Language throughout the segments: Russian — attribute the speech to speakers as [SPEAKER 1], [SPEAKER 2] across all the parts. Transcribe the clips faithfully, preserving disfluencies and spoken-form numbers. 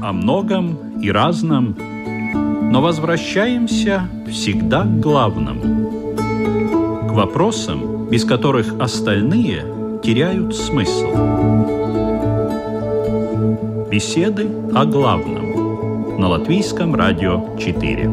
[SPEAKER 1] о многом и разном, но возвращаемся всегда к главному, к вопросам, без которых остальные теряют смысл. Беседы о главном на Латвийском радио четыре.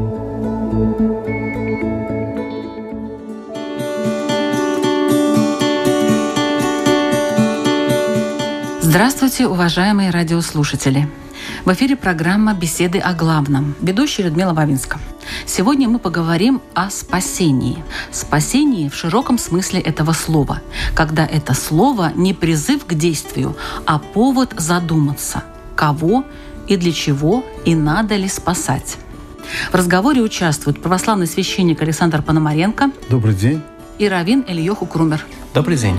[SPEAKER 2] Здравствуйте, уважаемые радиослушатели! В эфире программа «Беседы о главном». Ведущая Людмила Вавинска. Сегодня мы поговорим о спасении. Спасении в широком смысле этого слова, когда это слово не призыв к действию, а повод задуматься, кого и для чего и надо ли спасать. В разговоре участвуют православный священник Александр Пономаренко.
[SPEAKER 3] Добрый день.
[SPEAKER 2] И раввин Ильёху Крумер.
[SPEAKER 4] Добрый день.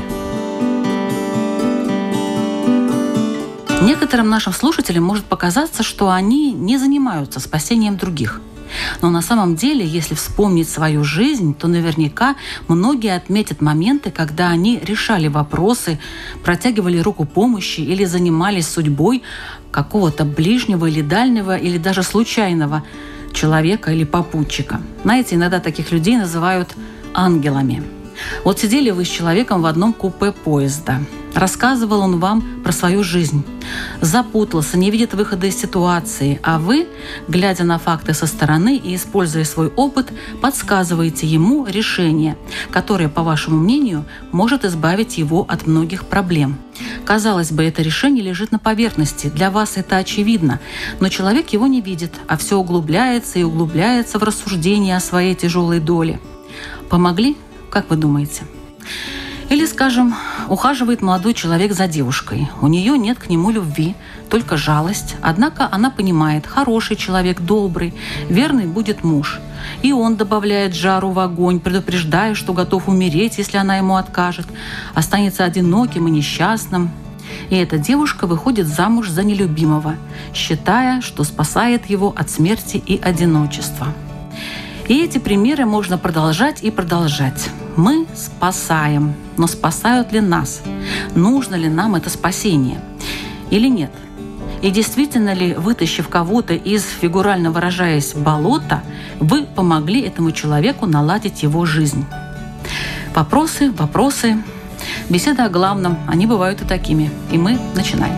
[SPEAKER 2] Некоторым нашим слушателям может показаться, что они не занимаются спасением других. Но на самом деле, если вспомнить свою жизнь, то наверняка многие отметят моменты, когда они решали вопросы, протягивали руку помощи или занимались судьбой какого-то ближнего или дальнего, или даже случайного человека или попутчика. Знаете, иногда таких людей называют ангелами. Вот сидели вы с человеком в одном купе поезда. Рассказывал он вам про свою жизнь. Запутался, не видит выхода из ситуации. А вы, глядя на факты со стороны и используя свой опыт, подсказываете ему решение, которое, по вашему мнению, может избавить его от многих проблем. Казалось бы, это решение лежит на поверхности. Для вас это очевидно. Но человек его не видит, а все углубляется и углубляется в рассуждение о своей тяжелой доле. Помогли? Как вы думаете? Или, скажем, ухаживает молодой человек за девушкой. У нее нет к нему любви, только жалость. Однако она понимает, хороший человек, добрый, верный будет муж. И он добавляет жару в огонь, предупреждая, что готов умереть, если она ему откажет. Останется одиноким и несчастным. И эта девушка выходит замуж за нелюбимого, считая, что спасает его от смерти и одиночества. И эти примеры можно продолжать и продолжать. Мы спасаем, но спасают ли нас? Нужно ли нам это спасение? Или нет? И действительно ли, вытащив кого-то из, фигурально выражаясь, болота, вы помогли этому человеку наладить его жизнь? Вопросы, вопросы. Беседы о главном, они бывают и такими. И мы начинаем.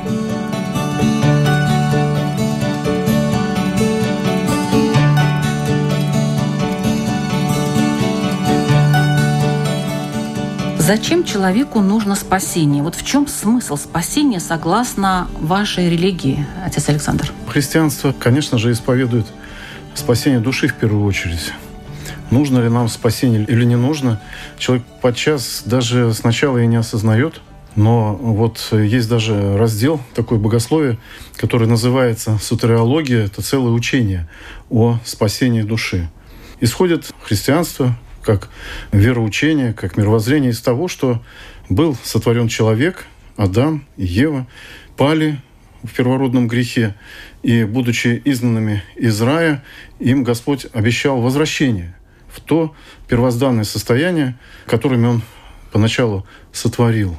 [SPEAKER 2] Зачем человеку нужно спасение? Вот в чем смысл спасения согласно вашей религии, отец Александр?
[SPEAKER 3] Христианство, конечно же, исповедует спасение души в первую очередь. Нужно ли нам спасение или не нужно? Человек подчас даже сначала и не осознает, но вот есть даже раздел, такое богословие, который называется «Сотериология». Это целое учение о спасении души. Исходит христианство как вероучение, как мировоззрение из того, что был сотворен человек, Адам и Ева, пали в первородном грехе, и, будучи изгнанными из рая, им Господь обещал возвращение в то первозданное состояние, которым Он поначалу сотворил.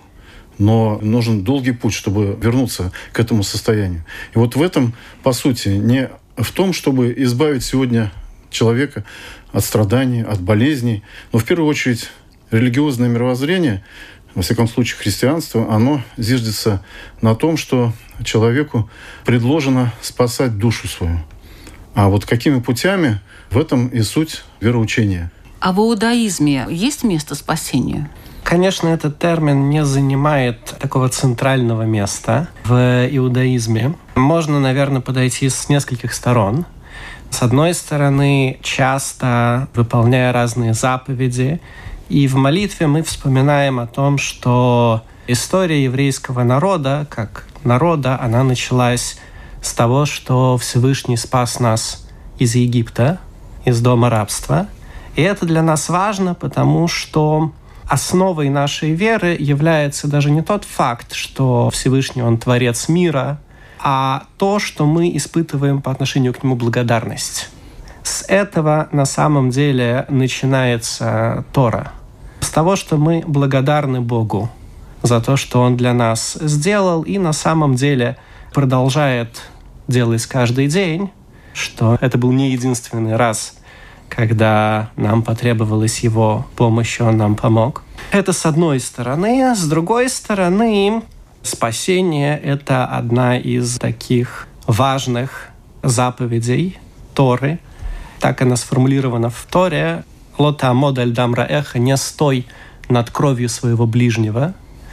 [SPEAKER 3] Но нужен долгий путь, чтобы вернуться к этому состоянию. И вот в этом, по сути, не в том, чтобы избавить сегодня человека от страданий, от болезней. Но в первую очередь религиозное мировоззрение, во всяком случае христианство, оно зиждется на том, что человеку предложено спасать душу свою. А вот какими путями, в этом и суть вероучения.
[SPEAKER 2] А в иудаизме есть место спасению?
[SPEAKER 4] Конечно, этот термин не занимает такого центрального места в иудаизме. Можно, наверное, подойти с нескольких сторон. С одной стороны, часто выполняя разные заповеди, и в молитве мы вспоминаем о том, что история еврейского народа, как народа, она началась с того, что Всевышний спас нас из Египта, из дома рабства. И это для нас важно, потому что основой нашей веры является даже не тот факт, что Всевышний, Он творец мира, а то, что мы испытываем по отношению к Нему благодарность. С этого на самом деле начинается Тора. С того, что мы благодарны Богу за то, что Он для нас сделал, и на самом деле продолжает делать каждый день, что это был не единственный раз, когда нам потребовалась Его помощь, Он нам помог. Это с одной стороны. С другой стороны, спасение – это одна из таких важных заповедей Торы. Так она сформулирована в Торе. «Ло таамод аль дам раэха» – «не стой над кровью своего ближнего».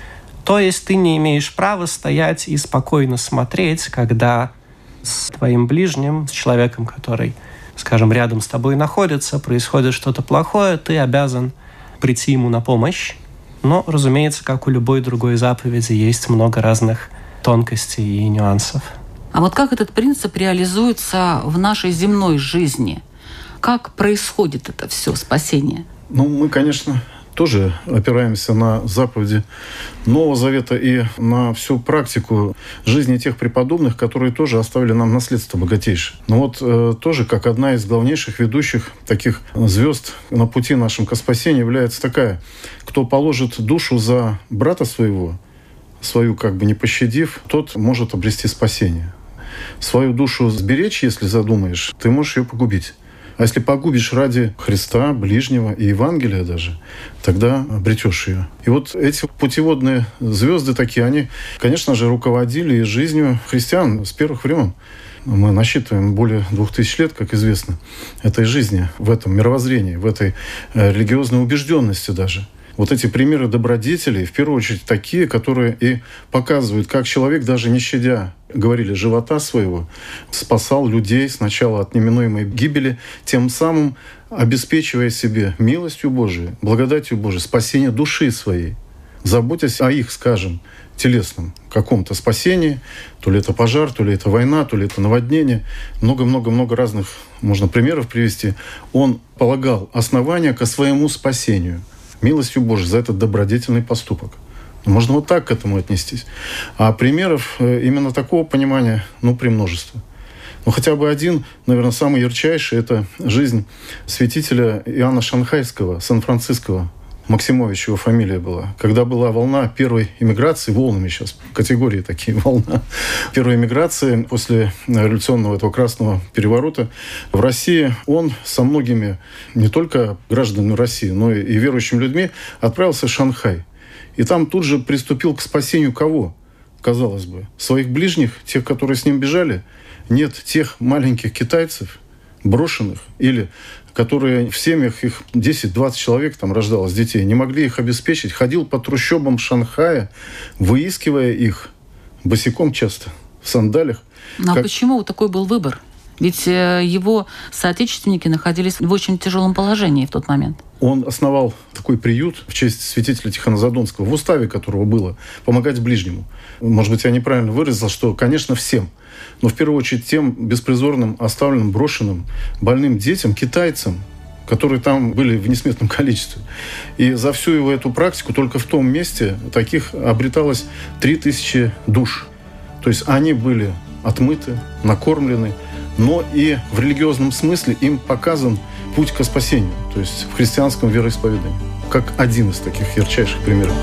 [SPEAKER 4] То есть ты не имеешь права стоять и спокойно смотреть, когда с твоим ближним, с человеком, который, скажем, рядом с тобой находится, происходит что-то плохое, ты обязан прийти ему на помощь. Но, разумеется, как у любой другой заповеди, есть много разных тонкостей и нюансов.
[SPEAKER 2] А вот как этот принцип реализуется в нашей земной жизни? Как происходит это все спасение?
[SPEAKER 3] Ну, мы, конечно, тоже опираемся на заповеди Нового Завета и на всю практику жизни тех преподобных, которые тоже оставили нам наследство богатейшее. Но вот э, тоже как одна из главнейших ведущих таких звезд на пути нашим ко спасению является такая: кто положит душу за брата своего, свою как бы не пощадив, тот может обрести спасение. Свою душу сберечь, если задумаешь, ты можешь ее погубить. А если погубишь ради Христа, ближнего и Евангелия даже, тогда обретешь ее. И вот эти путеводные звезды такие, они, конечно же, руководили жизнью христиан с первых времен. Мы насчитываем более двух тысяч лет, как известно, этой жизни, в этом мировоззрении, в этой религиозной убежденности даже. Вот эти примеры добродетелей, в первую очередь, такие, которые и показывают, как человек, даже не щадя, говорили, живота своего, спасал людей сначала от неминуемой гибели, тем самым обеспечивая себе милостью Божией, благодатью Божией, спасение души своей, заботясь о их, скажем, телесном каком-то спасении, то ли это пожар, то ли это война, то ли это наводнение, много-много-много разных можно примеров привести. Он полагал основания ко своему спасению, милостью Божией за этот добродетельный поступок. Можно вот так к этому отнестись. А примеров именно такого понимания, ну, премножество. Ну, хотя бы один, наверное, самый ярчайший – это жизнь святителя Иоанна Шанхайского, Сан-Франциского. Максимович его фамилия была. Когда была волна первой эмиграции, волнами сейчас, категории такие, волна первой эмиграции после революционного этого красного переворота в России, он со многими, не только гражданами России, но и верующими людьми отправился в Шанхай. И там тут же приступил к спасению кого? Казалось бы, своих ближних, тех, которые с ним бежали? Нет, тех маленьких китайцев, брошенных, или которые в семьях, их десять-двадцать человек там рождалось детей, не могли их обеспечить, ходил по трущобам Шанхая, выискивая их босиком часто, в сандалях.
[SPEAKER 2] Ну а
[SPEAKER 3] как...
[SPEAKER 2] почему такой был выбор? Ведь его соотечественники находились в очень тяжелом положении в тот момент. Он
[SPEAKER 3] основал такой приют в честь святителя Тихона Задонского, в уставе которого было помогать ближнему. Может быть, я неправильно выразил, что, конечно, всем, но в первую очередь тем беспризорным, оставленным, брошенным, больным детям, китайцам, которые там были в несметном количестве. И за всю его эту практику только в том месте таких обреталось три тысячи душ. То есть они были отмыты, накормлены, но и в религиозном смысле им показан путь ко спасению, то есть в христианском вероисповедании, как один из таких ярчайших примеров.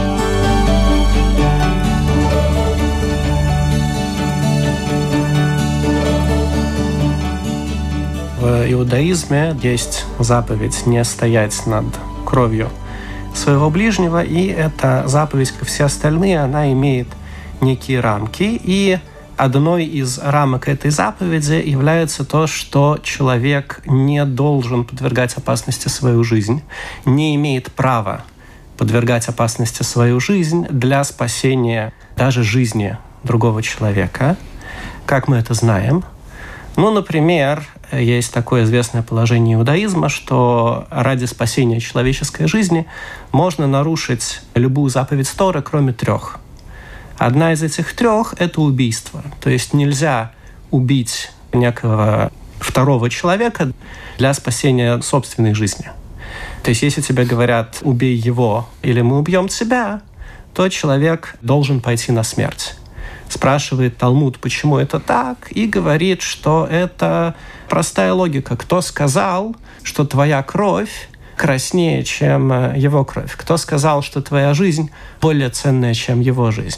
[SPEAKER 4] В иудаизме есть заповедь не стоять над кровью своего ближнего, и эта заповедь, как все остальные, она имеет некие рамки, и одной из рамок этой заповеди является то, что человек не должен подвергать опасности свою жизнь, не имеет права подвергать опасности свою жизнь для спасения даже жизни другого человека. Как мы это знаем? Ну, например, есть такое известное положение иудаизма, что ради спасения человеческой жизни можно нарушить любую заповедь Торы, кроме трех. Одна из этих трех – это убийство. То есть нельзя убить некого второго человека для спасения собственной жизни. То есть если тебе говорят «убей его» или «мы убьем тебя», то человек должен пойти на смерть. Спрашивает Талмуд, почему это так, и говорит, что это простая логика. Кто сказал, что твоя кровь краснее, чем его кровь? Кто сказал, что твоя жизнь более ценная, чем его жизнь?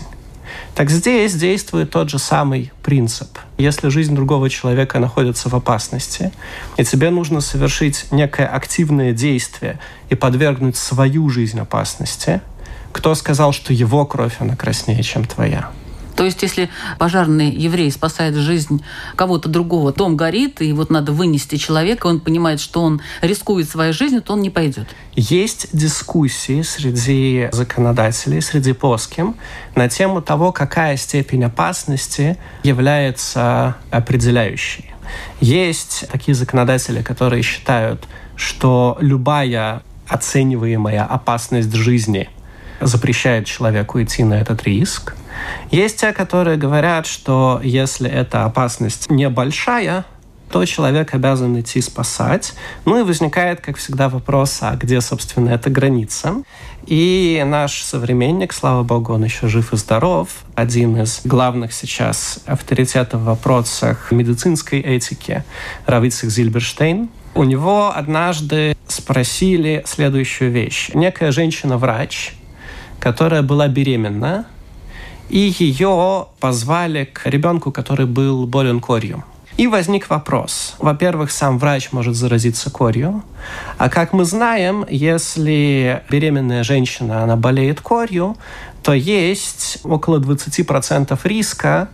[SPEAKER 4] Так здесь действует тот же самый принцип. Если жизнь другого человека находится в опасности, и тебе нужно совершить некое активное действие и подвергнуть свою жизнь опасности, кто сказал, что его кровь, она краснее, чем твоя?
[SPEAKER 2] То есть, если пожарный еврей спасает жизнь кого-то другого, дом горит, и вот надо вынести человека, он понимает, что он рискует своей жизнью, то он не пойдет.
[SPEAKER 4] Есть дискуссии среди законодателей, среди поским, на тему того, какая степень опасности является определяющей. Есть такие законодатели, которые считают, что любая оцениваемая опасность жизни запрещает человеку идти на этот риск. Есть те, которые говорят, что если эта опасность небольшая, то человек обязан идти спасать. Ну и возникает, как всегда, вопрос, а где, собственно, эта граница? И наш современник, слава богу, он еще жив и здоров, один из главных сейчас авторитетов в вопросах медицинской этики, Рав Ицхак Зильберштейн, у него однажды спросили следующую вещь. Некая женщина-врач, которая была беременна, и ее позвали к ребенку, который был болен корью. И возник вопрос. Во-первых, сам врач может заразиться корью. А как мы знаем, если беременная женщина, она болеет корью, то есть около двадцать процентов риска,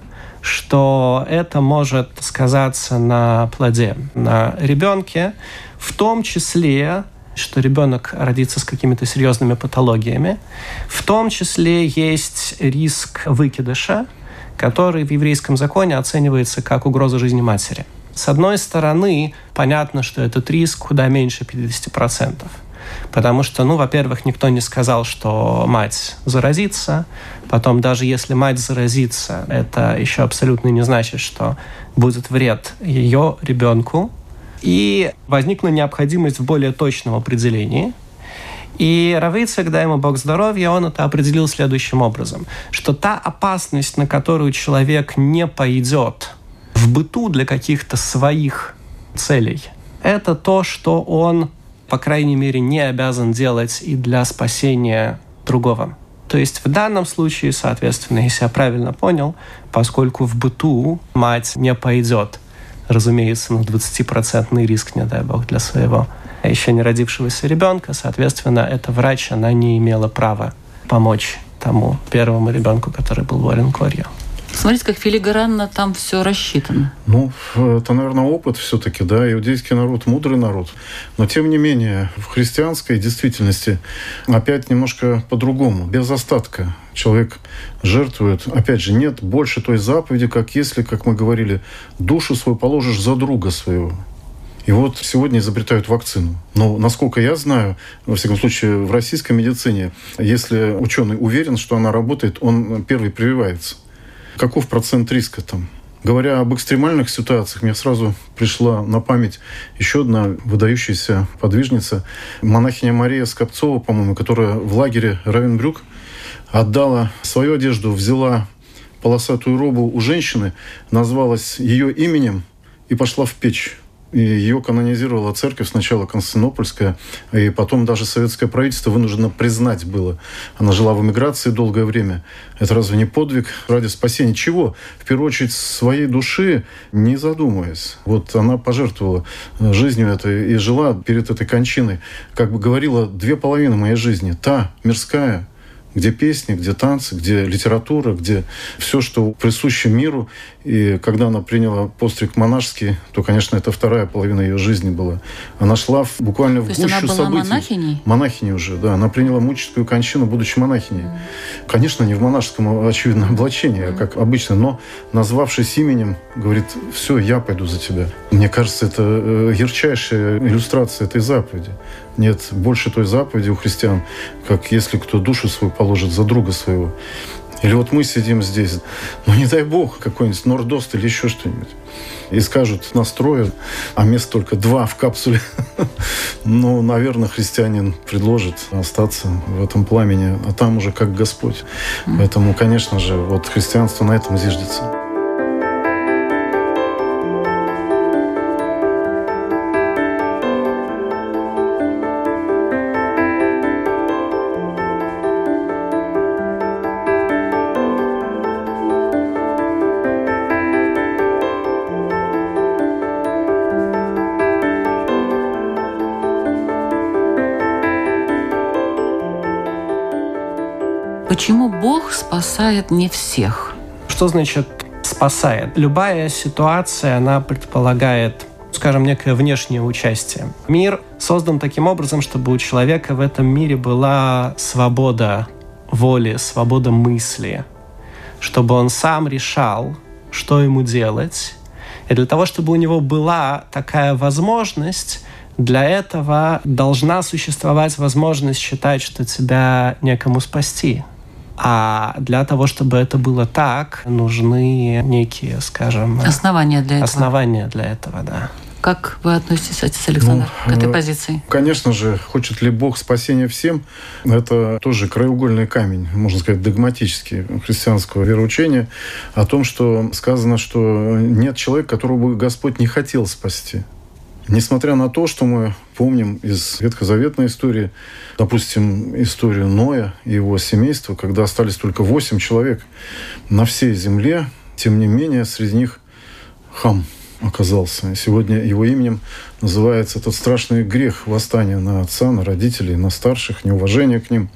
[SPEAKER 4] что это может сказаться на плоде, на ребенке, в том числе, что ребенок родится с какими-то серьезными патологиями. В том числе есть риск выкидыша, который в еврейском законе оценивается как угроза жизни матери. С одной стороны, понятно, что этот риск куда меньше пятьдесят процентов. Потому что, ну, во-первых, никто не сказал, что мать заразится. Потом, даже если мать заразится, это еще абсолютно не значит, что будет вред ее ребенку. И возникла необходимость в более точном определении. И Рав Ицхак, дай ему Бог здоровья, он это определил следующим образом, что та опасность, на которую человек не пойдет в быту для каких-то своих целей, это то, что он, по крайней мере, не обязан делать и для спасения другого. То есть в данном случае, соответственно, если я правильно понял, поскольку в быту мать не пойдет, разумеется, на двадцатипроцентный риск, не дай бог, для своего еще не родившегося ребенка. Соответственно, эта врач, она не имела права помочь тому первому ребенку, который был болен корью.
[SPEAKER 2] Смотрите, как филигранно там все рассчитано.
[SPEAKER 3] Ну, это, наверное, опыт все-таки, да, иудейский народ, мудрый народ. Но, тем не менее, в христианской действительности опять немножко по-другому, без остатка. Человек жертвует, опять же, нет больше той заповеди, как если, как мы говорили, душу свою положишь за друга своего. И вот сегодня изобретают вакцину. Но, насколько я знаю, во всяком случае, в российской медицине, если ученый уверен, что она работает, он первый прививается. Каков процент риска там? Говоря об экстремальных ситуациях, мне сразу пришла на память еще одна выдающаяся подвижница, монахиня Мария Скопцова, по-моему, которая в лагере Равенбрюк отдала свою одежду, взяла полосатую робу у женщины, назвалась ее именем и пошла в печь. И ее канонизировала церковь, сначала Константинопольская, и потом даже советское правительство вынуждено признать было. Она жила в эмиграции долгое время. Это разве не подвиг ради спасения чего? В первую очередь своей души, не задумываясь. Вот она пожертвовала жизнью этой и жила перед этой кончиной. Как бы говорила, две половины моей жизни. Та мирская, где песни, где танцы, где литература, где все, что присуще миру. И когда она приняла постриг монашеский, то, конечно, это вторая половина ее жизни была. Она шла в, буквально в гущу событий.
[SPEAKER 2] То есть она была монахиней?
[SPEAKER 3] Монахиней уже, да. Она приняла мучительскую кончину, будучи монахиней. Mm. Конечно, не в монашеском, очевидно, облачении, mm. как обычно, но, назвавшись именем, говорит, все, я пойду за тебя. Мне кажется, это ярчайшая иллюстрация этой заповеди. Нет больше той заповеди у христиан, как если кто душу свою положит за друга своего. Или вот мы сидим здесь, ну не дай бог, какой-нибудь нордост или еще что-нибудь. И скажут, настроят, а мест только два в капсуле. Ну, наверное, христианин предложит остаться в этом пламени, а там уже как Господь. Поэтому, конечно же, вот христианство на этом зиждется.
[SPEAKER 2] Почему Бог спасает не всех?
[SPEAKER 4] Что значит спасает? Любая ситуация, она предполагает, скажем, некое внешнее участие. Мир создан таким образом, чтобы у человека в этом мире была свобода воли, свобода мысли, чтобы он сам решал, что ему делать. И для того, чтобы у него была такая возможность, для этого должна существовать возможность считать, что тебя некому спасти. А для того, чтобы это было так, нужны некие, скажем...
[SPEAKER 2] Основания для этого.
[SPEAKER 4] Основания для этого, да.
[SPEAKER 2] Как вы относитесь, отец Александр, ну, к этой позиции?
[SPEAKER 3] Конечно же, хочет ли Бог спасения всем, это тоже краеугольный камень, можно сказать, догматический христианского вероучения, о том, что сказано, что нет человека, которого бы Господь не хотел спасти. Несмотря на то, что мы помним из ветхозаветной истории, допустим, историю Ноя и его семейства, когда остались только восемь человек на всей земле, тем не менее, среди них Хам оказался. Сегодня его именем называется этот страшный грех восстания на отца, на родителей, на старших, неуважение к ним.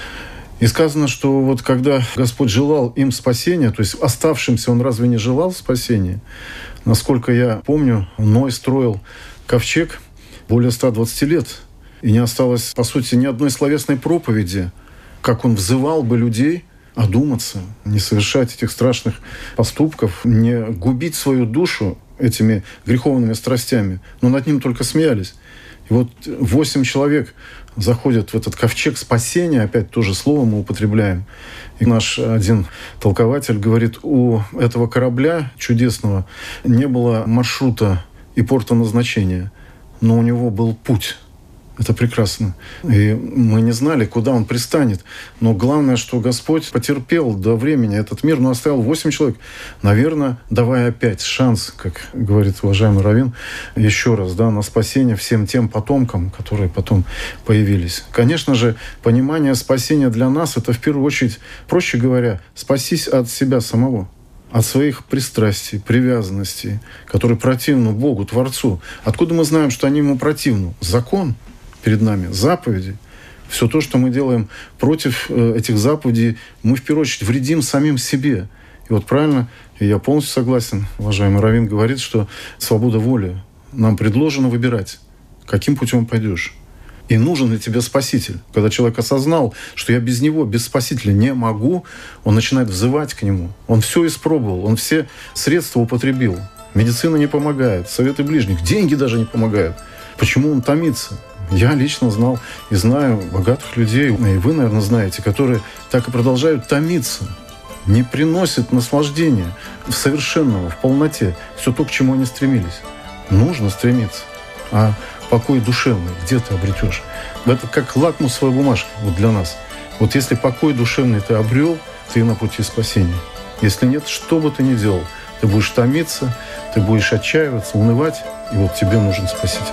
[SPEAKER 3] И сказано, что вот когда Господь желал им спасения, то есть оставшимся Он разве не желал спасения? Насколько я помню, Ной строил ковчег более ста двадцати лет, и не осталось, по сути, ни одной словесной проповеди, как он взывал бы людей одуматься, не совершать этих страшных поступков, не губить свою душу этими греховными страстями. Но над ним только смеялись. И вот восемь человек заходят в этот ковчег спасения, опять то же слово мы употребляем. И наш один толкователь говорит, у этого корабля чудесного не было маршрута и порта назначения, но у него был путь. Это прекрасно. И мы не знали, куда он пристанет. Но главное, что Господь потерпел до времени этот мир, но оставил восемь человек. Наверное, давая опять шанс, как говорит уважаемый раввин, еще раз, да, на спасение всем тем потомкам, которые потом появились. Конечно же, понимание спасения для нас — это в первую очередь, проще говоря, спастись от себя самого. От своих пристрастий, привязанностей, которые противны Богу, Творцу. Откуда мы знаем, что они Ему противны? Закон перед нами, заповеди. Все то, что мы делаем против этих заповедей, мы в первую очередь вредим самим себе. И вот правильно, и я полностью согласен, уважаемый раввин говорит, что свобода воли. Нам предложено выбирать, каким путем пойдешь. И нужен ли тебе Спаситель? Когда человек осознал, что я без него, без Спасителя не могу, он начинает взывать к нему. Он все испробовал, он все средства употребил. Медицина не помогает, советы ближних, деньги даже не помогают. Почему он томится? Я лично знал и знаю богатых людей, и вы, наверное, знаете, которые так и продолжают томиться, не приносят наслаждения в совершенного, в полноте, все то, к чему они стремились. Нужно стремиться. А покой душевный где ты обретешь? Это как лакмусовая бумажка вот для нас. Вот если покой душевный ты обрел, ты на пути спасения. Если нет, что бы ты ни делал, ты будешь томиться, ты будешь отчаиваться, унывать, и вот тебе нужен Спаситель.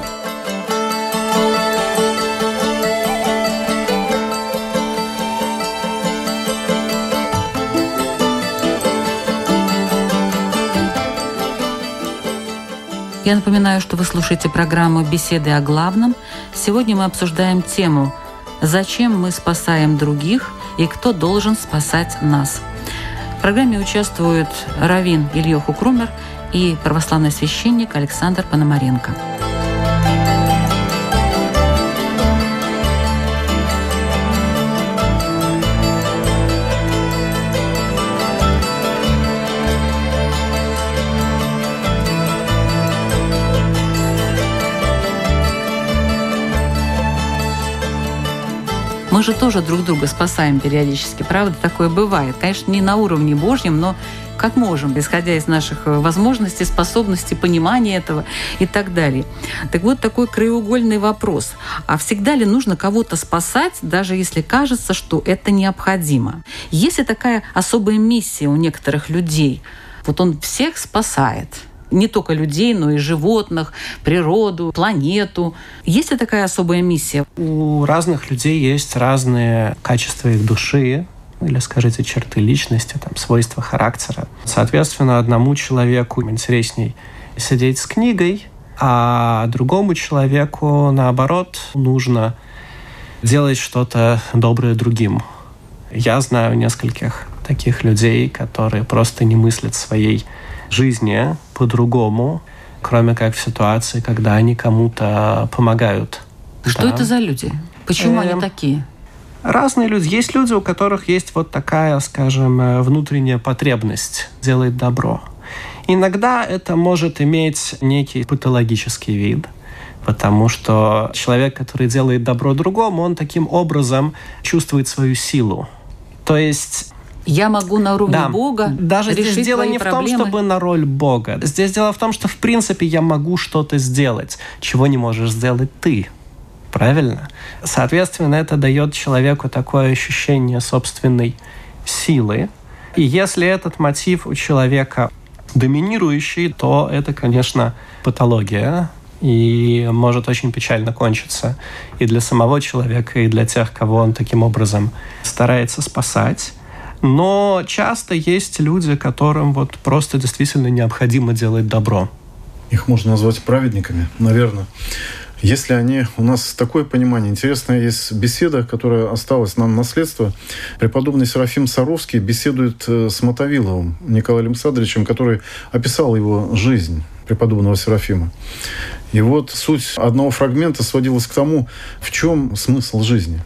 [SPEAKER 2] Я напоминаю, что вы слушаете программу «Беседы о главном». Сегодня мы обсуждаем тему «Зачем мы спасаем других и кто должен спасать нас?». В программе участвуют раввин Ильёху Крумер и православный священник Александр Пономаренко. Мы же тоже друг друга спасаем периодически, правда? Такое бывает. Конечно, не на уровне Божьем, но как можем, исходя из наших возможностей, способностей, понимания этого и так далее. Так вот, такой краеугольный вопрос. А всегда ли нужно кого-то спасать, даже если кажется, что это необходимо? Есть ли такая особая миссия у некоторых людей? Вот он всех спасает. Не только людей, но и животных, природу, планету. Есть ли такая особая миссия?
[SPEAKER 4] У разных людей есть разные качества их души, или, скажите, черты личности, там, свойства характера. Соответственно, одному человеку интересней сидеть с книгой, а другому человеку, наоборот, нужно делать что-то доброе другим. Я знаю нескольких таких людей, которые просто не мыслят своей жизни по-другому, кроме как в ситуации, когда они кому-то помогают.
[SPEAKER 2] Что
[SPEAKER 4] да.
[SPEAKER 2] это за люди? Почему
[SPEAKER 4] Эм...
[SPEAKER 2] они такие?
[SPEAKER 4] Разные люди. Есть люди, у которых есть вот такая, скажем, внутренняя потребность делать добро. Иногда это может иметь некий патологический вид, потому что человек, который делает добро другому, он таким образом чувствует свою силу. То есть...
[SPEAKER 2] Я могу на уровне
[SPEAKER 4] да,
[SPEAKER 2] Бога
[SPEAKER 4] даже
[SPEAKER 2] решить
[SPEAKER 4] здесь дело
[SPEAKER 2] твои
[SPEAKER 4] не
[SPEAKER 2] проблемы.
[SPEAKER 4] в том, чтобы на роль Бога. Здесь дело в том, что в принципе я могу что-то сделать, чего не можешь сделать ты. Правильно? Соответственно, это дает человеку такое ощущение собственной силы. И если этот мотив у человека доминирующий, то это, конечно, патология. И может очень печально кончиться и для самого человека, и для тех, кого он таким образом старается спасать. Но часто есть люди, которым вот просто действительно необходимо делать добро.
[SPEAKER 3] Их можно назвать праведниками, наверное. Если они... У нас такое понимание. Интересная есть беседа, которая осталась нам в наследство. Преподобный Серафим Саровский беседует с Мотовиловым Николаем Александровичем, который описал его жизнь, преподобного Серафима. И вот суть одного фрагмента сводилась к тому, в чем смысл жизни.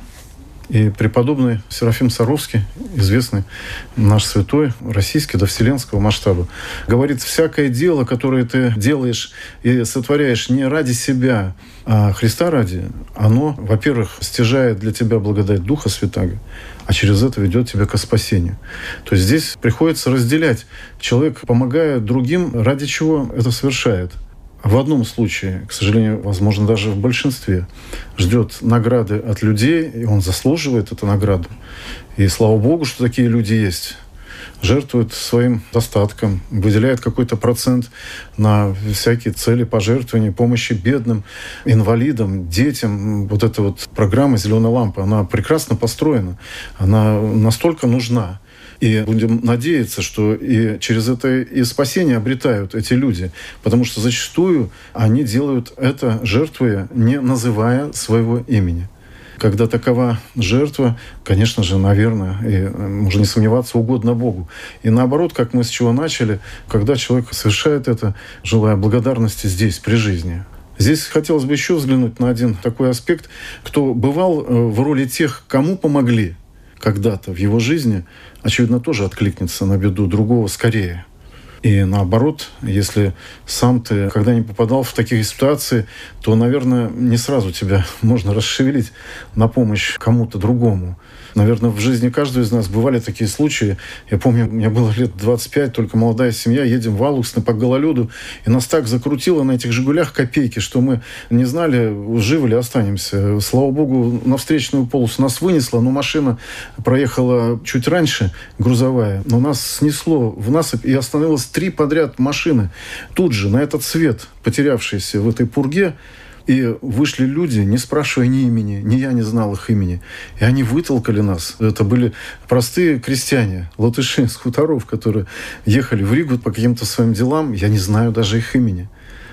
[SPEAKER 3] И преподобный Серафим Саровский, известный наш святой, российский, до вселенского масштаба, говорит, всякое дело, которое ты делаешь и сотворяешь не ради себя, а Христа ради, оно, во-первых, стяжает для тебя благодать Духа Святаго, а через это ведет тебя к спасению. То есть здесь приходится разделять. Человек, помогая другим, ради чего это совершает. В одном случае, к сожалению, возможно, даже в большинстве, ждет награды от людей, и он заслуживает эту награду. И слава Богу, что такие люди есть. Жертвует своим достатком, выделяет какой-то процент на всякие цели пожертвования, помощи бедным, инвалидам, детям. Вот эта вот программа «Зеленая лампа», она прекрасно построена, она настолько нужна. И будем надеяться, что и через это и спасение обретают эти люди. Потому что зачастую они делают это, жертвуя, не называя своего имени. Когда такова жертва, конечно же, наверное, и можно не сомневаться, угодно Богу. И наоборот, как мы с чего начали, когда человек совершает это, желая благодарности здесь, при жизни. Здесь хотелось бы еще взглянуть на один такой аспект. Кто бывал в роли тех, кому помогли когда-то в его жизни, очевидно, тоже откликнется на беду другого скорее. И наоборот, если сам ты когда-нибудь попадал в такие ситуации, то, наверное, не сразу тебя можно расшевелить на помощь кому-то другому. Наверное, в жизни каждого из нас бывали такие случаи. Я помню, мне было лет двадцать пять, только молодая семья, едем в Алуксны по гололеду, и нас так закрутило на этих «Жигулях» копейки, что мы не знали, живы ли останемся. Слава Богу, на встречную полосу нас вынесло, но машина проехала чуть раньше, грузовая, но нас снесло в насыпь, и остановилось три подряд машины. Тут же, на этот свет, потерявшиеся в этой пурге, и вышли люди, не спрашивая ни имени, ни я не знал их имени. И они вытолкали нас. Это были простые крестьяне, латыши с хуторов, которые ехали в Ригу по каким-то своим делам. Я не знаю даже их имени.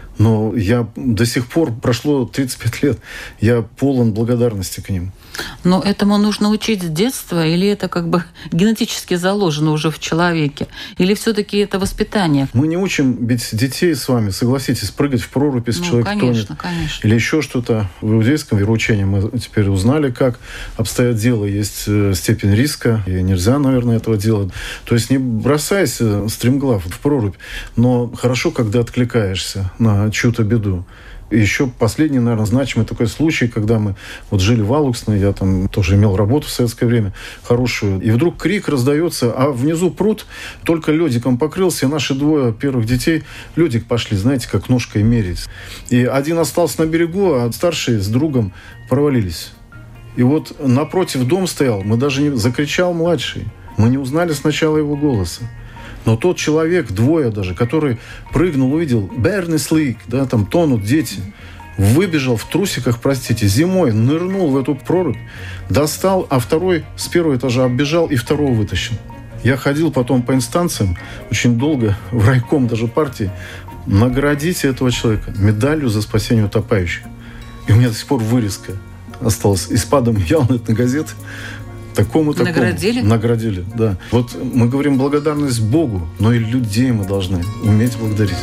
[SPEAKER 3] Но я до сих пор, прошло тридцать пять лет, я полон благодарности к ним.
[SPEAKER 2] Но этому нужно учить с детства, или это как бы генетически заложено уже в человеке? Или все-таки это воспитание?
[SPEAKER 3] Мы не учим ведь детей с вами, согласитесь, прыгать в прорубь, если ну, человек
[SPEAKER 2] конечно,
[SPEAKER 3] тонет.
[SPEAKER 2] Конечно.
[SPEAKER 3] Или еще что-то. В иудейском вероучении мы теперь узнали, как обстоят дела. Есть степень риска, и нельзя, наверное, этого делать. То есть не бросайся стремглав в прорубь, но хорошо, когда откликаешься на чью-то беду. И еще последний, наверное, значимый такой случай, когда мы вот жили в Алуксне, я там тоже имел работу в советское время хорошую, и вдруг крик раздается, а внизу пруд только ледиком покрылся, и наши двое первых детей ледик пошли, знаете, как ножкой мерить. И один остался на берегу, а старший с другом провалились. И вот напротив дом стоял, мы даже не... Закричал младший. Мы не узнали сначала его голоса. Но тот человек, двое даже, который прыгнул, увидел «Бернеслик», да, там тонут дети, выбежал в трусиках, простите, зимой, нырнул в эту прорубь, достал, а второй с первого этажа оббежал и второго вытащил. Я ходил потом по инстанциям очень долго, в райком даже партии, наградите этого человека медалью за спасение утопающих. И у меня до сих пор вырезка осталась. И с падом явно на газеты Такому такому.
[SPEAKER 2] Наградили?
[SPEAKER 3] Наградили, да. Вот мы говорим благодарность Богу, но и людей мы должны уметь благодарить.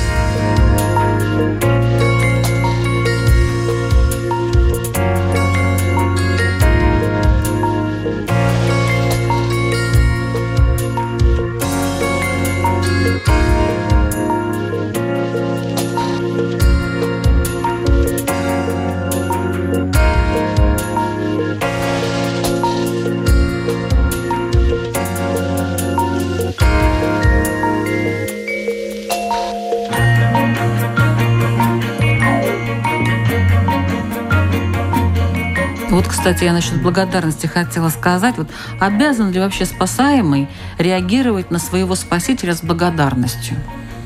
[SPEAKER 2] Вот, кстати, я насчет благодарности хотела сказать. Вот, обязан ли вообще спасаемый реагировать на своего спасителя с благодарностью?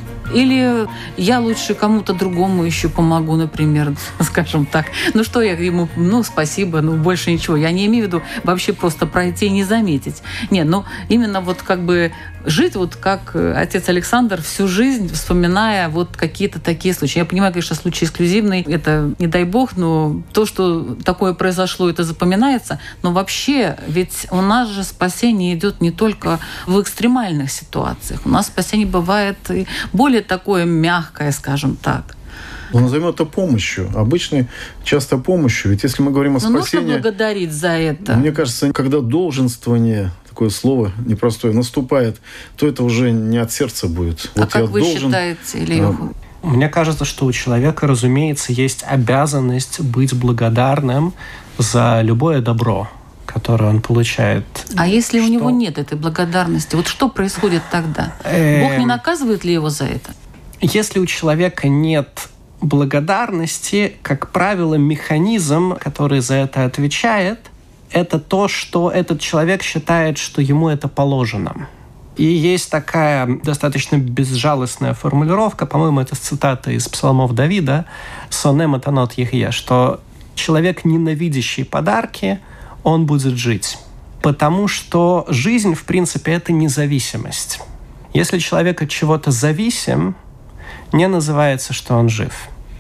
[SPEAKER 2] Или я лучше кому-то другому еще помогу, например, скажем так. Ну что я ему, ну спасибо, ну больше ничего. Я не имею в виду вообще просто пройти и не заметить. Нет, ну именно вот как бы жить вот как отец Александр всю жизнь, вспоминая вот какие-то такие случаи. Я понимаю, конечно, случай эксклюзивный, это не дай бог, но то, что такое произошло, это запоминается. Но вообще, ведь у нас же спасение идет не только в экстремальных ситуациях. У нас спасение бывает и более такое мягкое, скажем так.
[SPEAKER 3] Он назовем это помощью, обычной, часто помощью. Ведь если мы говорим о спасении...
[SPEAKER 2] Но нужно благодарить за это.
[SPEAKER 3] Мне кажется, когда долженствование, такое слово непростое, наступает, то это уже не от сердца будет.
[SPEAKER 2] А
[SPEAKER 3] вот
[SPEAKER 2] как
[SPEAKER 3] я
[SPEAKER 2] вы
[SPEAKER 3] должен...
[SPEAKER 2] считаете, Илья?
[SPEAKER 4] Мне кажется, что у человека, разумеется, есть обязанность быть благодарным за любое добро, которое он получает.
[SPEAKER 2] А если
[SPEAKER 4] что...
[SPEAKER 2] у него нет этой благодарности, вот что происходит тогда? Бог не наказывает ли его за это?
[SPEAKER 4] Если у человека нет благодарности, как правило, механизм, который за это отвечает, это то, что этот человек считает, что ему это положено. И есть такая достаточно безжалостная формулировка, по-моему, это цитата из псалмов Давида, «Сонем атанот ехье», что человек, ненавидящий подарки, он будет жить. Потому что жизнь, в принципе, это независимость. Если человек от чего-то зависим, не называется, что он жив.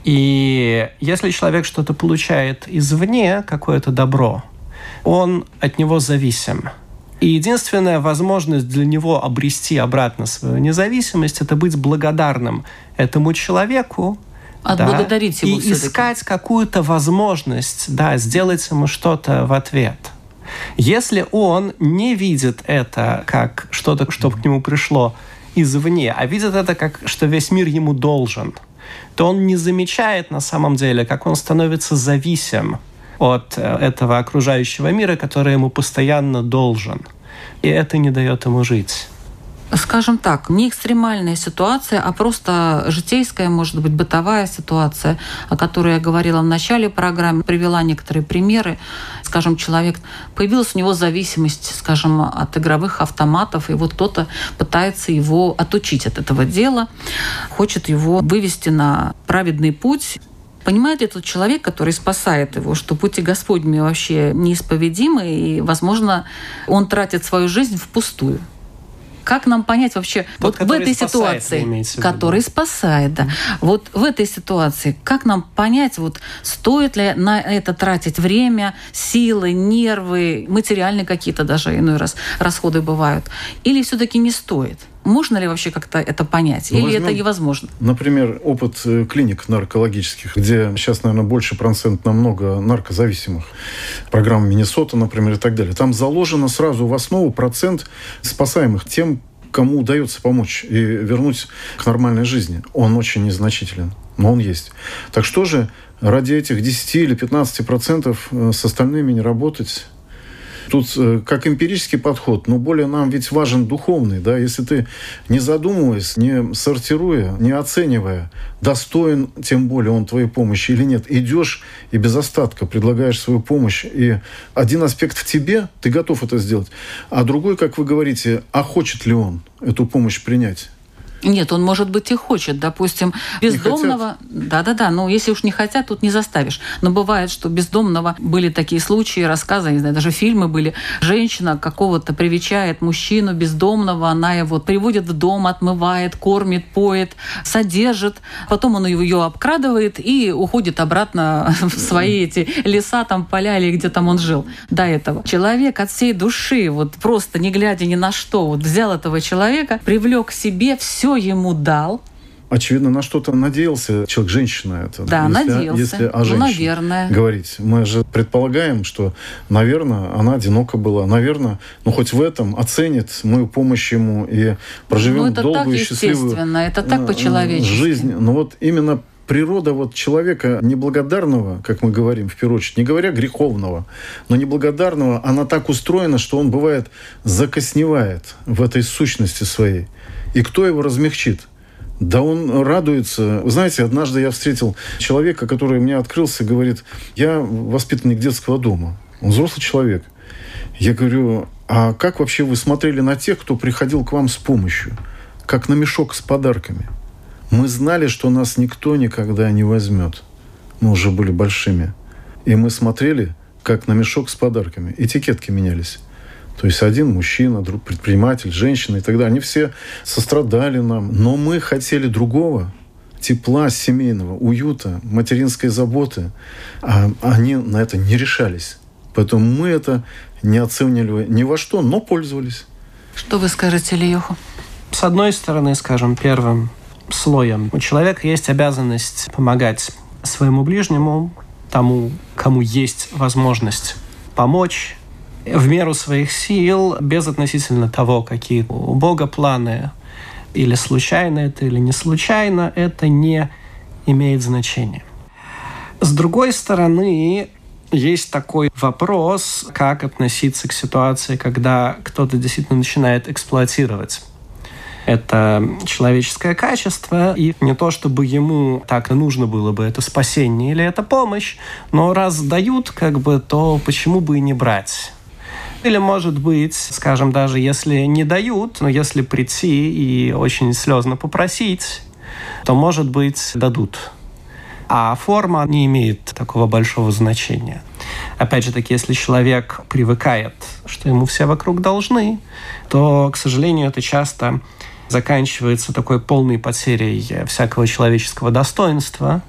[SPEAKER 4] И если человек что-то получает извне, какое-то добро, он от него зависим. И единственная возможность для него обрести обратно свою независимость – это быть благодарным этому человеку,
[SPEAKER 2] отблагодарить
[SPEAKER 4] да,
[SPEAKER 2] его
[SPEAKER 4] и
[SPEAKER 2] все-таки.
[SPEAKER 4] искать какую-то возможность, да, сделать ему что-то в ответ. Если он не видит это как что-то, что к нему пришло извне, а видит это как, что весь мир ему должен, то он не замечает на самом деле, как он становится зависим от этого окружающего мира, который ему постоянно должен. И это не дает ему жить.
[SPEAKER 2] Скажем так, не экстремальная ситуация, а просто житейская, может быть, бытовая ситуация, о которой я говорила в начале программы, привела некоторые примеры. Скажем, человек, появилась у него зависимость, скажем, от игровых автоматов, и вот кто-то пытается его отучить от этого дела, хочет его вывести на праведный путь. Понимает ли тот человек, который спасает его, что пути Господни вообще неисповедимы, и, возможно, он тратит свою жизнь впустую? Как нам понять вообще
[SPEAKER 4] Тот,
[SPEAKER 2] вот в этой ситуации, который спасает, да, вот в этой ситуации, как нам понять, вот стоит ли на это тратить время, силы, нервы, материальные какие-то даже иной раз расходы бывают, или все-таки не стоит? Можно ли вообще как-то это понять?
[SPEAKER 3] Ну,
[SPEAKER 2] или
[SPEAKER 3] возьмем,
[SPEAKER 2] это невозможно?
[SPEAKER 3] Например, опыт клиник наркологических, где сейчас, наверное, больше процент намного наркозависимых. Программа Миннесота, например, и так далее. Там заложено сразу в основу процент спасаемых тем, кому удается помочь и вернуть к нормальной жизни. Он очень незначителен, но он есть. Так что же ради этих десяти или пятнадцати процентов с остальными не работать? Тут как эмпирический подход, но более нам ведь важен духовный. Да? Если ты, не задумываясь, не сортируя, не оценивая, достоин тем более он твоей помощи или нет, идешь и без остатка предлагаешь свою помощь. И один аспект в тебе, ты готов это сделать. А другой, как вы говорите, а хочет ли он эту помощь принять?
[SPEAKER 2] Нет, он, может быть, и хочет. Допустим, бездомного... Да-да-да, но если уж не хотят, тут не заставишь. Но бывает, что бездомного... Были такие случаи, рассказы, не знаю, даже фильмы были. Женщина какого-то привечает мужчину бездомного, она его приводит в дом, отмывает, кормит, поет, содержит. Потом он ее обкрадывает и уходит обратно в свои эти леса, там, поля или где там он жил до этого. Человек от всей души, вот просто не глядя ни на что, вот взял этого человека, привлек к себе, все ему дал.
[SPEAKER 3] Очевидно, на что-то надеялся человек, женщина это.
[SPEAKER 2] Да,
[SPEAKER 3] если,
[SPEAKER 2] надеялся.
[SPEAKER 3] Если о
[SPEAKER 2] ну,
[SPEAKER 3] женщине
[SPEAKER 2] наверное.
[SPEAKER 3] говорить. Мы же предполагаем, что, наверное, она одинока была. Наверное, ну хоть в этом оценит мою помощь ему и проживем
[SPEAKER 2] ну, это
[SPEAKER 3] долгую
[SPEAKER 2] так
[SPEAKER 3] и счастливую
[SPEAKER 2] это так по-человечески.
[SPEAKER 3] жизнь. Но вот именно природа вот человека неблагодарного, как мы говорим в первую очередь, не говоря греховного, но неблагодарного, она так устроена, что он, бывает, закосневает в этой сущности своей. И кто его размягчит? Да он радуется. Вы знаете, однажды я встретил человека, который мне открылся, говорит, я воспитанник детского дома. Он взрослый человек. Я говорю, а как вообще вы смотрели на тех, кто приходил к вам с помощью? Как на мешок с подарками. Мы знали, что нас никто никогда не возьмет. Мы уже были большими. И мы смотрели, как на мешок с подарками. Этикетки менялись. То есть один мужчина, друг предприниматель, женщина и так далее. Они все сострадали нам. Но мы хотели другого. Тепла семейного, уюта, материнской заботы. А они на это не решались. Поэтому мы это не оценивали ни во что, но пользовались.
[SPEAKER 2] Что вы скажете, Ильюха?
[SPEAKER 4] С одной стороны, скажем, первым слоем. У человека есть обязанность помогать своему ближнему, тому, кому есть возможность помочь, в меру своих сил, без относительно того, какие у Бога планы, или случайно это, или не случайно, это не имеет значения. С другой стороны, есть такой вопрос, как относиться к ситуации, когда кто-то действительно начинает эксплуатировать это человеческое качество, и не то, чтобы ему так и нужно было бы это спасение или это помощь, но раз дают, как бы, то почему бы и не брать? Или, может быть, скажем, даже если не дают, но если прийти и очень слезно попросить, то, может быть, дадут. А форма не имеет такого большого значения. Опять же таки, если человек привыкает, что ему все вокруг должны, то, к сожалению, это часто заканчивается такой полной потерей всякого человеческого достоинства.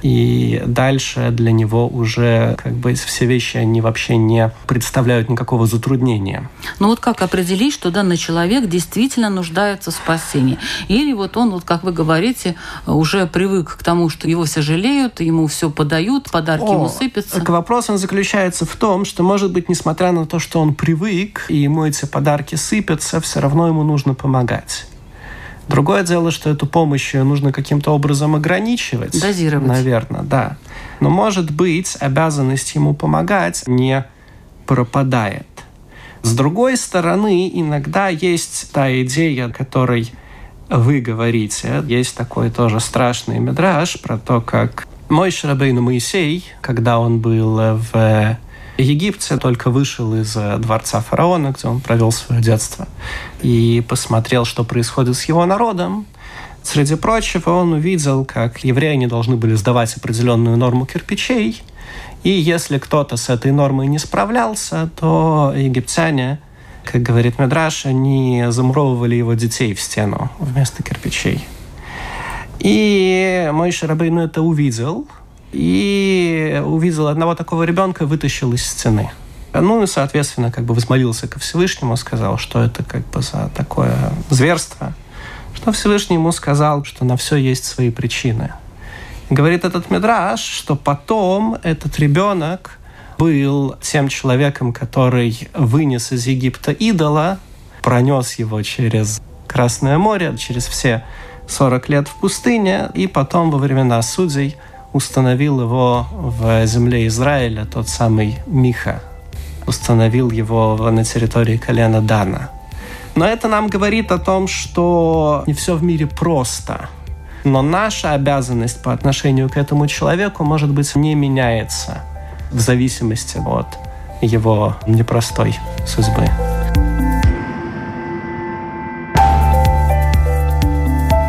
[SPEAKER 4] И дальше для него уже как бы все вещи, они вообще не представляют никакого затруднения.
[SPEAKER 2] Ну вот как определить, что данный человек действительно нуждается в спасении? Или вот он, вот как вы говорите, уже привык к тому, что его все жалеют, ему все подают, подарки О, ему сыпятся?
[SPEAKER 4] К вопросу заключается в том, что, может быть, несмотря на то, что он привык, и ему эти подарки сыпятся, все равно ему нужно помогать. Другое дело, что эту помощь нужно каким-то образом ограничивать.
[SPEAKER 2] Дозировать.
[SPEAKER 4] Наверное, да. Но, может быть, обязанность ему помогать не пропадает. С другой стороны, иногда есть та идея, о которой вы говорите. Есть такой тоже страшный мидраш про то, как Моше Рабейну Моисей, когда он был в Египте, только вышел из дворца фараона, где он провел свое детство, и посмотрел, что происходит с его народом. Среди прочего, он увидел, как евреи не должны были сдавать определенную норму кирпичей, и если кто-то с этой нормой не справлялся, то египтяне, как говорит Мидраш, они замуровывали его детей в стену вместо кирпичей. И Моше Рабейну это увидел, и увидел одного такого ребенка, вытащил из стены. Ну и, соответственно, как бы возмолился ко Всевышнему, сказал, что это как бы за такое зверство, что Всевышний ему сказал, что на все есть свои причины. И говорит этот мидраш, что потом этот ребенок был тем человеком, который вынес из Египта идола, пронес его через Красное море, через все сорок лет в пустыне, и потом во времена судей установил его в земле Израиля, тот самый Миха. Установил его на территории колена Дана. Но это нам говорит о том, что не все в мире просто. Но наша обязанность по отношению к этому человеку, может быть, не меняется в зависимости от его непростой судьбы.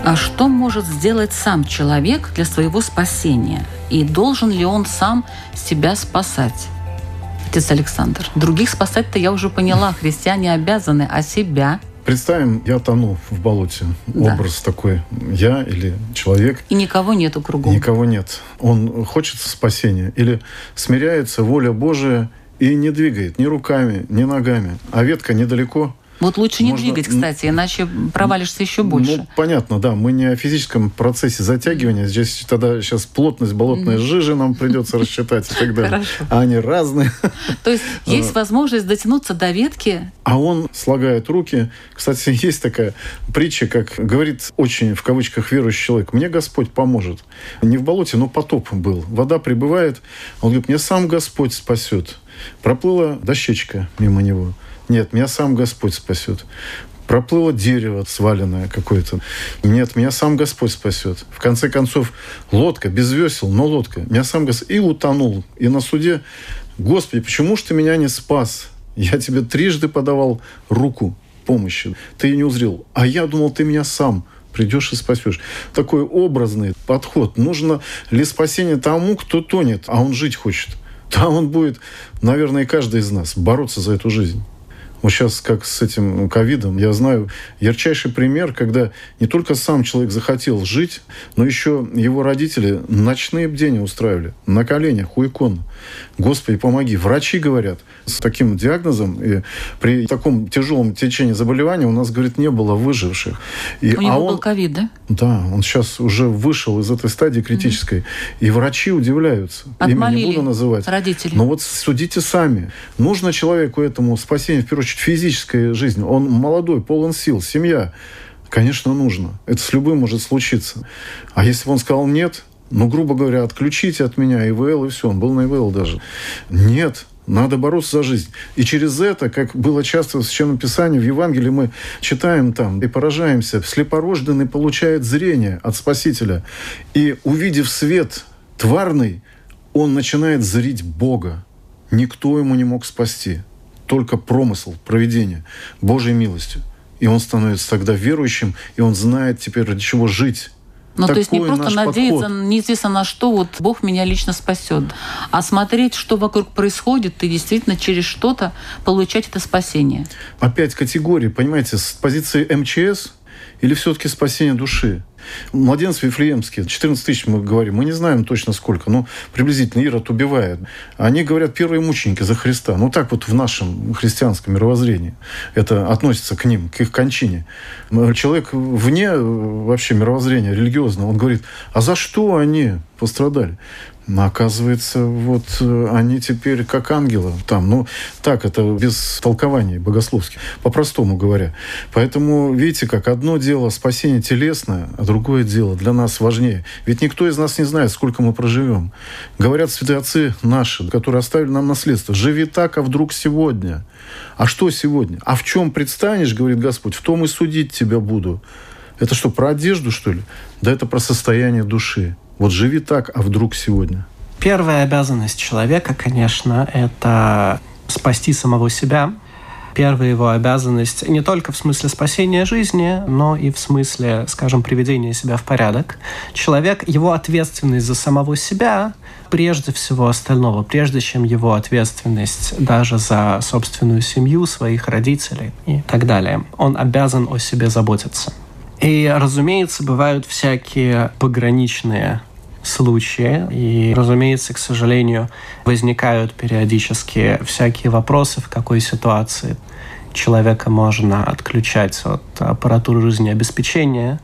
[SPEAKER 2] А что может сделать сам человек для своего спасения? И должен ли он сам себя спасать? Отец Александр, других спасать-то я уже поняла. Христиане обязаны, а себя?
[SPEAKER 3] Представим, я тону в болоте.
[SPEAKER 2] Да.
[SPEAKER 3] Образ такой. Я или человек.
[SPEAKER 2] И никого нету кругом.
[SPEAKER 3] Никого нет. Он хочет спасения. Или смиряется воля Божия и не двигает ни руками, ни ногами. А ветка недалеко.
[SPEAKER 2] Вот лучше не
[SPEAKER 3] Можно...
[SPEAKER 2] двигать, кстати, иначе провалишься еще больше.
[SPEAKER 3] Ну, понятно, да. Мы не о физическом процессе затягивания. Здесь тогда сейчас плотность болотной жижи нам придется рассчитать и так далее.
[SPEAKER 2] Хорошо.
[SPEAKER 3] А они разные.
[SPEAKER 2] То есть есть возможность дотянуться до ветки.
[SPEAKER 3] А он слагает руки. Кстати, есть такая притча, как говорит очень, в кавычках, верующий человек: «Мне Господь поможет». Не в болоте, но потоп был. Вода прибывает. Он говорит: «Мне сам Господь спасет». Проплыла дощечка мимо него. Нет, меня сам Господь спасет. Проплыло дерево сваленное какое-то. Нет, меня сам Господь спасет. В конце концов, лодка, без весел, но лодка. Меня сам Господь... И утонул. И на суде: «Господи, почему ж ты меня не спас? Я тебе трижды подавал руку помощи. Ты не узрел. А я думал, ты меня сам придешь и спасешь». Такой образный подход. Нужно ли спасение тому, кто тонет, а он жить хочет? Там он будет, наверное, и каждый из нас бороться за эту жизнь. Вот сейчас, как с этим ковидом, я знаю ярчайший пример, когда не только сам человек захотел жить, но еще его родители ночные бдения устраивали на коленях у икон. «Господи, помоги». Врачи говорят, с таким диагнозом и при таком тяжелом течении заболевания у нас, говорит, не было выживших. И,
[SPEAKER 2] у него
[SPEAKER 3] а
[SPEAKER 2] был
[SPEAKER 3] он,
[SPEAKER 2] ковид, да?
[SPEAKER 3] Да, он сейчас уже вышел из этой стадии критической. Mm-hmm. И врачи удивляются.
[SPEAKER 2] Отмолили
[SPEAKER 3] Имя не буду называть.
[SPEAKER 2] Родители.
[SPEAKER 3] Но вот судите сами. Нужно человеку этому спасение, в первую очередь, физической жизни. Он молодой, полон сил, семья. Конечно, нужно. Это с любым может случиться. А если бы он сказал нет, ну, грубо говоря, отключите от меня ИВЛ, и все. Он был на ИВЛ даже. Нет. Надо бороться за жизнь. И через это, как было часто в Священном Писании, в Евангелии мы читаем там и поражаемся. Слепорожденный получает зрение от Спасителя. И, увидев свет тварный, он начинает зрить Бога. Никто ему не мог спасти. Только промысл, провидение Божьей милостью. И он становится тогда верующим, и он знает теперь, ради чего жить.
[SPEAKER 2] Ну,
[SPEAKER 3] Такой
[SPEAKER 2] то есть не просто надеяться,
[SPEAKER 3] подход.
[SPEAKER 2] Неизвестно на что, вот Бог меня лично спасет, а смотреть, что вокруг происходит, и действительно через что-то получать это спасение.
[SPEAKER 3] Опять категории, понимаете, с позиции эм че эс или все-таки спасение души? Младенцы вифлеемские, четырнадцать тысяч мы говорим, мы не знаем точно сколько, но приблизительно Ирод убивает. Они говорят, первые мученики за Христа. Ну так вот в нашем христианском мировоззрении это относится к ним, к их кончине. Человек вне вообще мировоззрения религиозного, он говорит, а за что они пострадали? Но оказывается, вот они теперь как ангелы там. Ну, так, это без толкований богословских, по-простому говоря. Поэтому, видите, как одно дело спасение телесное, а другое дело для нас важнее. Ведь никто из нас не знает, сколько мы проживем. Говорят святые отцы наши, которые оставили нам наследство, живи так, а вдруг сегодня. А что сегодня? А в чем предстанешь, говорит Господь, в том и судить тебя буду. Это что, про одежду, что ли? Да это про состояние души. Вот живи так, а вдруг сегодня?
[SPEAKER 4] Первая обязанность человека, конечно, это спасти самого себя. Первая его обязанность не только в смысле спасения жизни, но и в смысле, скажем, приведения себя в порядок. Человек, его ответственность за самого себя прежде всего остального, прежде чем его ответственность даже за собственную семью, своих родителей и так далее. Он обязан о себе заботиться. И, разумеется, бывают всякие пограничные случаи. И, разумеется, к сожалению, возникают периодически всякие вопросы, в какой ситуации человека можно отключать от аппаратуры жизнеобеспечения,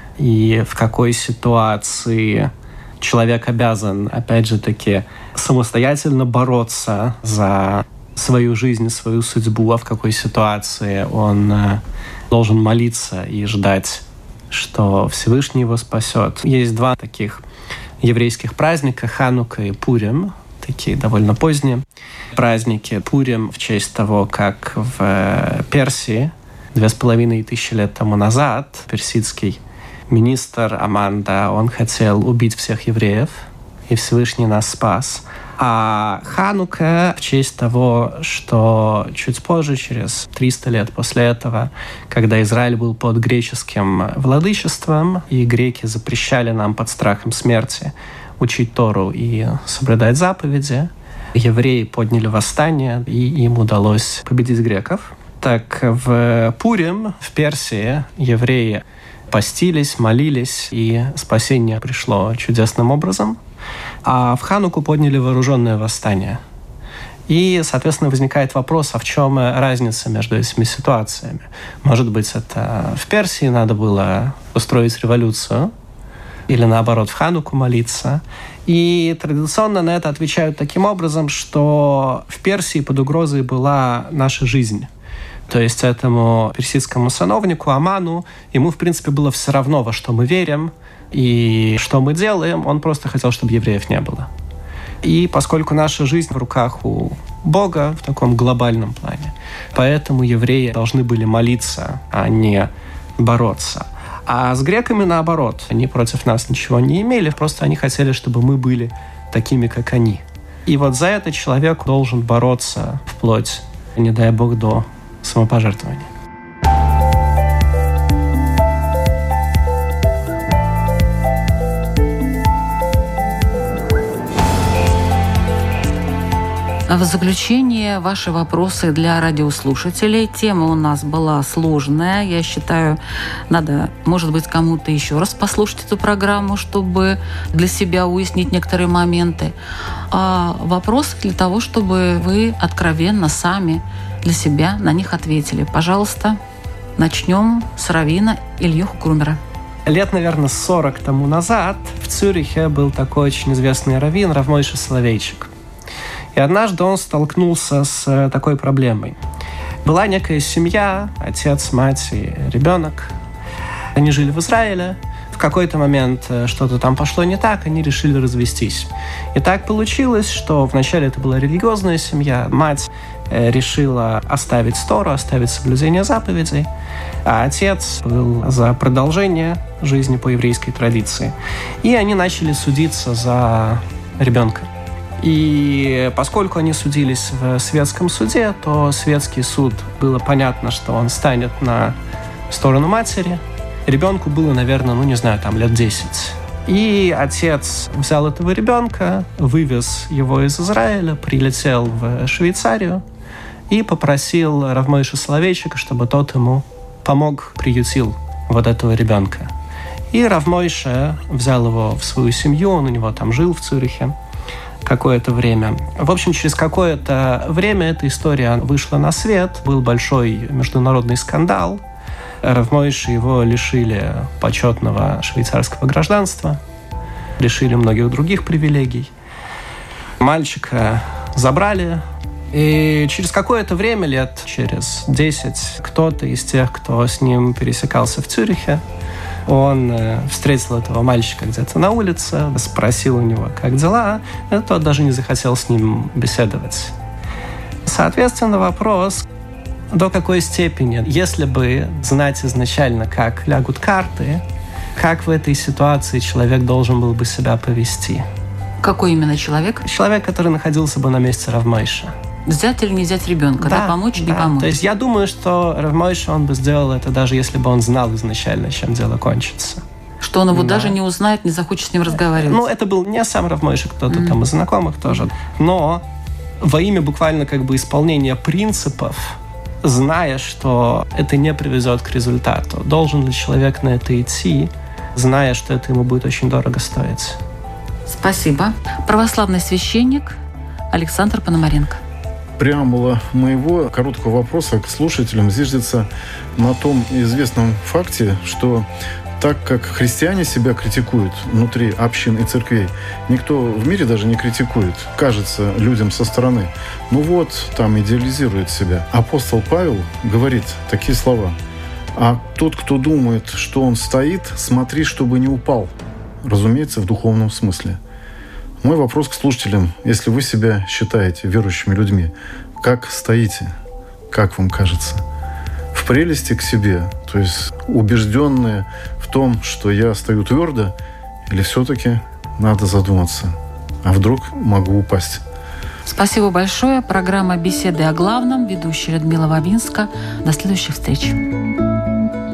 [SPEAKER 4] и в какой ситуации человек обязан, опять же таки, самостоятельно бороться за свою жизнь, свою судьбу, а в какой ситуации он должен молиться и ждать, что Всевышний его спасет. Есть два таких еврейских праздника, Ханука и Пурим, такие довольно поздние праздники. Пурим в честь того, как в Персии две с половиной тысячи лет тому назад персидский министр Аман, да, он хотел убить всех евреев, и Всевышний нас спас. А Ханука в честь того, что чуть позже, через триста лет после этого, когда Израиль был под греческим владычеством, и греки запрещали нам под страхом смерти учить Тору и соблюдать заповеди, евреи подняли восстание, и им удалось победить греков. Так в Пурим, в Персии, евреи постились, молились, и спасение пришло чудесным образом. А в Хануку подняли вооруженное восстание. И, соответственно, возникает вопрос, а в чем разница между этими ситуациями? Может быть, это в Персии надо было устроить революцию, или, наоборот, в Хануку молиться. И традиционно на это отвечают таким образом, что в Персии под угрозой была наша жизнь. То есть этому персидскому сановнику Аману, ему, в принципе, было все равно, во что мы верим и что мы делаем. Он просто хотел, чтобы евреев не было. И поскольку наша жизнь в руках у Бога в таком глобальном плане, поэтому евреи должны были молиться, а не бороться. А с греками наоборот. Они против нас ничего не имели, просто они хотели, чтобы мы были такими, как они. И вот за это человек должен бороться вплоть, не дай Бог, до самопожертвования.
[SPEAKER 2] В заключение ваши вопросы для радиослушателей. Тема у нас была сложная. Я считаю, надо, может быть, кому-то еще раз послушать эту программу, чтобы для себя уяснить некоторые моменты. А вопросы для того, чтобы вы откровенно сами для себя на них ответили. Пожалуйста, начнем с раввина Ильюху Крумера.
[SPEAKER 4] Лет, наверное, сорок тому назад в Цюрихе был такой очень известный раввин Рав Мойше Соловейчик. И однажды он столкнулся с такой проблемой. Была некая семья, отец, мать и ребенок. Они жили в Израиле. В какой-то момент что-то там пошло не так, они решили развестись. И так получилось, что вначале это была религиозная семья. Мать решила оставить Тору, оставить соблюдение заповедей, а отец был за продолжение жизни по еврейской традиции. И они начали судиться за ребенка. И поскольку они судились в светском суде, то светский суд, было понятно, что он станет на сторону матери. Ребенку было, наверное, ну не знаю, там лет десять. И отец взял этого ребенка, вывез его из Израиля, прилетел в Швейцарию и попросил Рав Мойше Соловейчика, чтобы тот ему помог, приютил вот этого ребенка. И Рав Мойше взял его в свою семью, он у него там жил в Цюрихе какое-то время. В общем, через какое-то время эта история вышла на свет, был большой международный скандал. Рав Мойше его лишили почетного швейцарского гражданства, лишили многих других привилегий. Мальчика забрали, и через какое-то время, лет через десять, кто-то из тех, кто с ним пересекался в Цюрихе, он встретил этого мальчика где-то на улице, спросил у него, как дела, и тот даже не захотел с ним беседовать. Соответственно, вопрос, до какой степени, если бы знать изначально, как лягут карты, как в этой ситуации человек должен был бы себя повести?
[SPEAKER 2] Какой именно человек?
[SPEAKER 4] Человек, который находился бы на месте Рав Мойше.
[SPEAKER 2] Взять или не взять ребенка, да, да помочь, да. не помочь.
[SPEAKER 4] То есть я думаю, что Рав Мойше, он бы сделал это, даже если бы он знал изначально, чем дело кончится.
[SPEAKER 2] Что он его
[SPEAKER 4] да.
[SPEAKER 2] даже не узнает, не захочет с ним разговаривать.
[SPEAKER 4] Ну, это был не сам Рав Мойше, кто-то mm. там из знакомых тоже. Но во имя буквально как бы исполнения принципов, зная, что это не приведет к результату, должен ли человек на это идти, зная, что это ему будет очень дорого стоить?
[SPEAKER 2] Спасибо. Православный священник Александр Пономаренко.
[SPEAKER 3] Преамбула моего короткого вопроса к слушателям зиждется на том известном факте, что так как христиане себя критикуют внутри общин и церквей, никто в мире даже не критикует, кажется людям со стороны. Ну вот, там идеализирует себя. Апостол Павел говорит такие слова: «А тот, кто думает, что он стоит, смотри, чтобы не упал». Разумеется, в духовном смысле. Мой вопрос к слушателям: если вы себя считаете верующими людьми, как стоите? Как вам кажется? В прелести к себе, то есть убежденные в том, что я стою твердо, или все-таки надо задуматься, а вдруг могу упасть.
[SPEAKER 2] Спасибо большое. Программа «Беседы о главном». Ведущая Людмила Вавинска. До следующих встреч.